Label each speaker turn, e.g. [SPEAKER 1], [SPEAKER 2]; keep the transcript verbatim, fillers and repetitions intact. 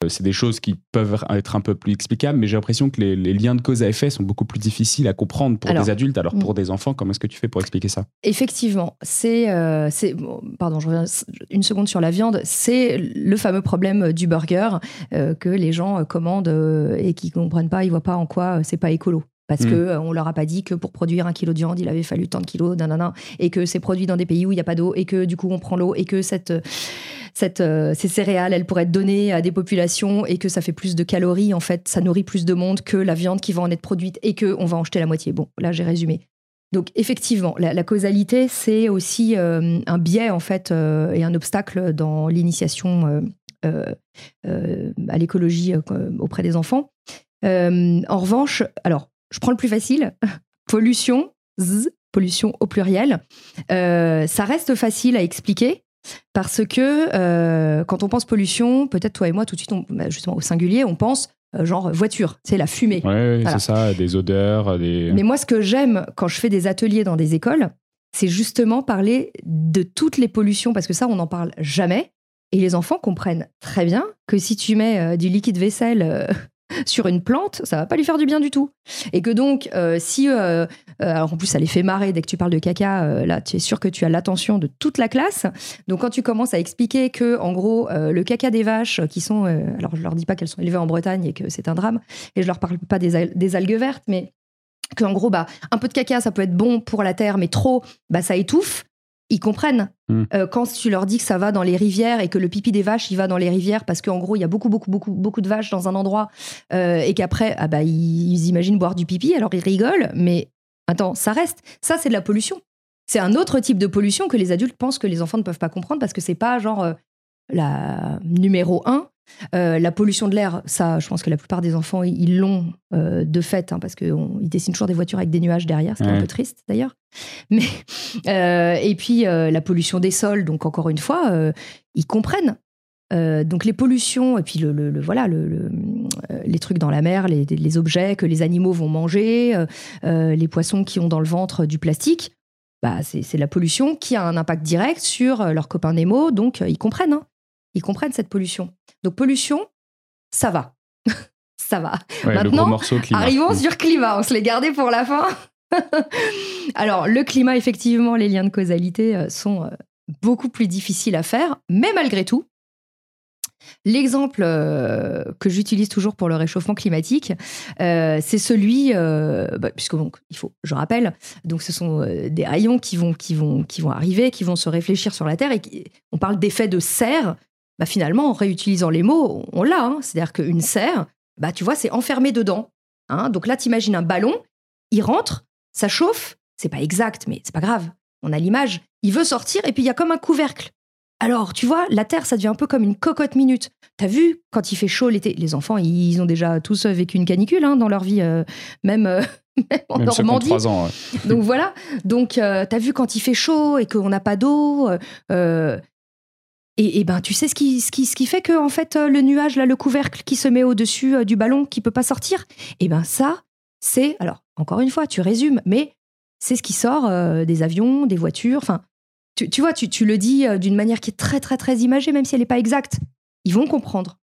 [SPEAKER 1] c'est des choses qui peuvent être un peu plus explicables, mais j'ai l'impression que les, les liens de cause à effet sont beaucoup plus difficiles à comprendre pour alors, des adultes. Alors pour mm. des enfants, comment est-ce que tu fais pour expliquer ça ?
[SPEAKER 2] Effectivement, c'est, euh, c'est bon, pardon, je reviens une seconde sur la viande. C'est le fameux problème du burger euh, que les gens commandent euh, et qui comprennent pas, ils voient pas en quoi euh, c'est pas écolo. Parce mmh. qu'on ne leur a pas dit que pour produire un kilo de viande, il avait fallu tant de kilos, nanana, et que c'est produit dans des pays où il n'y a pas d'eau, et que du coup on prend l'eau, et que cette, cette, euh, ces céréales, elles pourraient être données à des populations, et que ça fait plus de calories, en fait, ça nourrit plus de monde que la viande qui va en être produite, et qu'on va en jeter la moitié. Bon, là j'ai résumé. Donc effectivement, la, la causalité, c'est aussi euh, un biais, en fait, euh, et un obstacle dans l'initiation euh, euh, euh, à l'écologie euh, auprès des enfants. Euh, en revanche, alors, je prends le plus facile, pollution, zzz, pollution au pluriel. Euh, ça reste facile à expliquer parce que euh, quand on pense pollution, peut-être toi et moi, tout de suite, on, justement au singulier, on pense euh, genre voiture, c'est la fumée.
[SPEAKER 1] Oui,
[SPEAKER 2] voilà.
[SPEAKER 1] C'est ça, des odeurs. Des...
[SPEAKER 2] Mais moi, ce que j'aime quand je fais des ateliers dans des écoles, c'est justement parler de toutes les pollutions parce que ça, on n'en parle jamais. Et les enfants comprennent très bien que si tu mets euh, du liquide vaisselle... Euh, sur une plante, ça va pas lui faire du bien du tout. Et que donc, euh, si... Euh, euh, alors en plus, ça les fait marrer dès que tu parles de caca. Euh, là, tu es sûr que tu as l'attention de toute la classe. Donc, quand tu commences à expliquer que, en gros, euh, le caca des vaches qui sont... Euh, alors, je leur dis pas qu'elles sont élevées en Bretagne et que c'est un drame. Et je leur parle pas des, al- des algues vertes, mais qu'en gros, bah, un peu de caca, ça peut être bon pour la terre, mais trop, bah, ça étouffe. Ils comprennent. Mmh. Euh, quand tu leur dis que ça va dans les rivières et que le pipi des vaches, il va dans les rivières parce qu'en gros, il y a beaucoup, beaucoup, beaucoup, beaucoup de vaches dans un endroit euh, et qu'après, ah bah, ils, ils imaginent boire du pipi, alors ils rigolent, mais attends, ça reste. Ça, c'est de la pollution. C'est un autre type de pollution que les adultes pensent que les enfants ne peuvent pas comprendre parce que c'est pas genre euh, la numéro un. Euh, la pollution de l'air, ça, je pense que la plupart des enfants, ils l'ont euh, de fait, hein, parce qu'ils dessinent toujours des voitures avec des nuages derrière, ce qui est ouais. un peu triste d'ailleurs. Mais, euh, et puis, euh, la pollution des sols, donc encore une fois, euh, ils comprennent. Euh, donc les pollutions, et puis le, le, le, voilà, le, le, euh, les trucs dans la mer, les, les objets que les animaux vont manger, euh, euh, les poissons qui ont dans le ventre du plastique, bah, c'est, c'est la pollution qui a un impact direct sur euh, leurs copains Nemo, donc euh, ils comprennent, hein. Ils comprennent cette pollution. Donc, pollution, ça va. ça va.
[SPEAKER 1] Ouais,
[SPEAKER 2] maintenant,
[SPEAKER 1] le gros morceau climat.
[SPEAKER 2] Arrivons sur climat. On se l'est gardé pour la fin. Alors, le climat, effectivement, les liens de causalité sont beaucoup plus difficiles à faire. Mais malgré tout, l'exemple euh, que j'utilise toujours pour le réchauffement climatique, euh, c'est celui, euh, bah, puisque donc, il faut, je rappelle, donc ce sont euh, des rayons qui vont, qui, vont, qui vont arriver, qui vont se réfléchir sur la Terre. Et qui, on parle d'effet de serre. Bah finalement, en réutilisant les mots, on l'a. Hein. C'est-à-dire qu'une serre, bah tu vois, c'est enfermé dedans. Hein. Donc là, t'imagines un ballon, il rentre, ça chauffe. C'est pas exact, mais c'est pas grave. On a l'image. Il veut sortir et puis il y a comme un couvercle. Alors, tu vois, la Terre, ça devient un peu comme une cocotte minute. T'as vu, quand il fait chaud l'été, les enfants, ils ont déjà tous vécu une canicule hein, dans leur vie, euh, même, euh, même en
[SPEAKER 1] même
[SPEAKER 2] Normandie.
[SPEAKER 1] cinquante-trois ans, ouais.
[SPEAKER 2] Donc voilà. Donc, euh, t'as vu quand il fait chaud et qu'on n'a pas d'eau. Euh, Et, et ben, tu sais ce qui, ce qui, ce qui fait que en fait, le nuage, là, le couvercle qui se met au-dessus euh, du ballon, qui peut pas sortir, et ben ça, c'est... Alors, encore une fois, tu résumes, mais c'est ce qui sort euh, des avions, des voitures. Enfin, tu, tu vois, tu, tu le dis euh, d'une manière qui est très, très, très imagée, même si elle n'est pas exacte. Ils vont comprendre.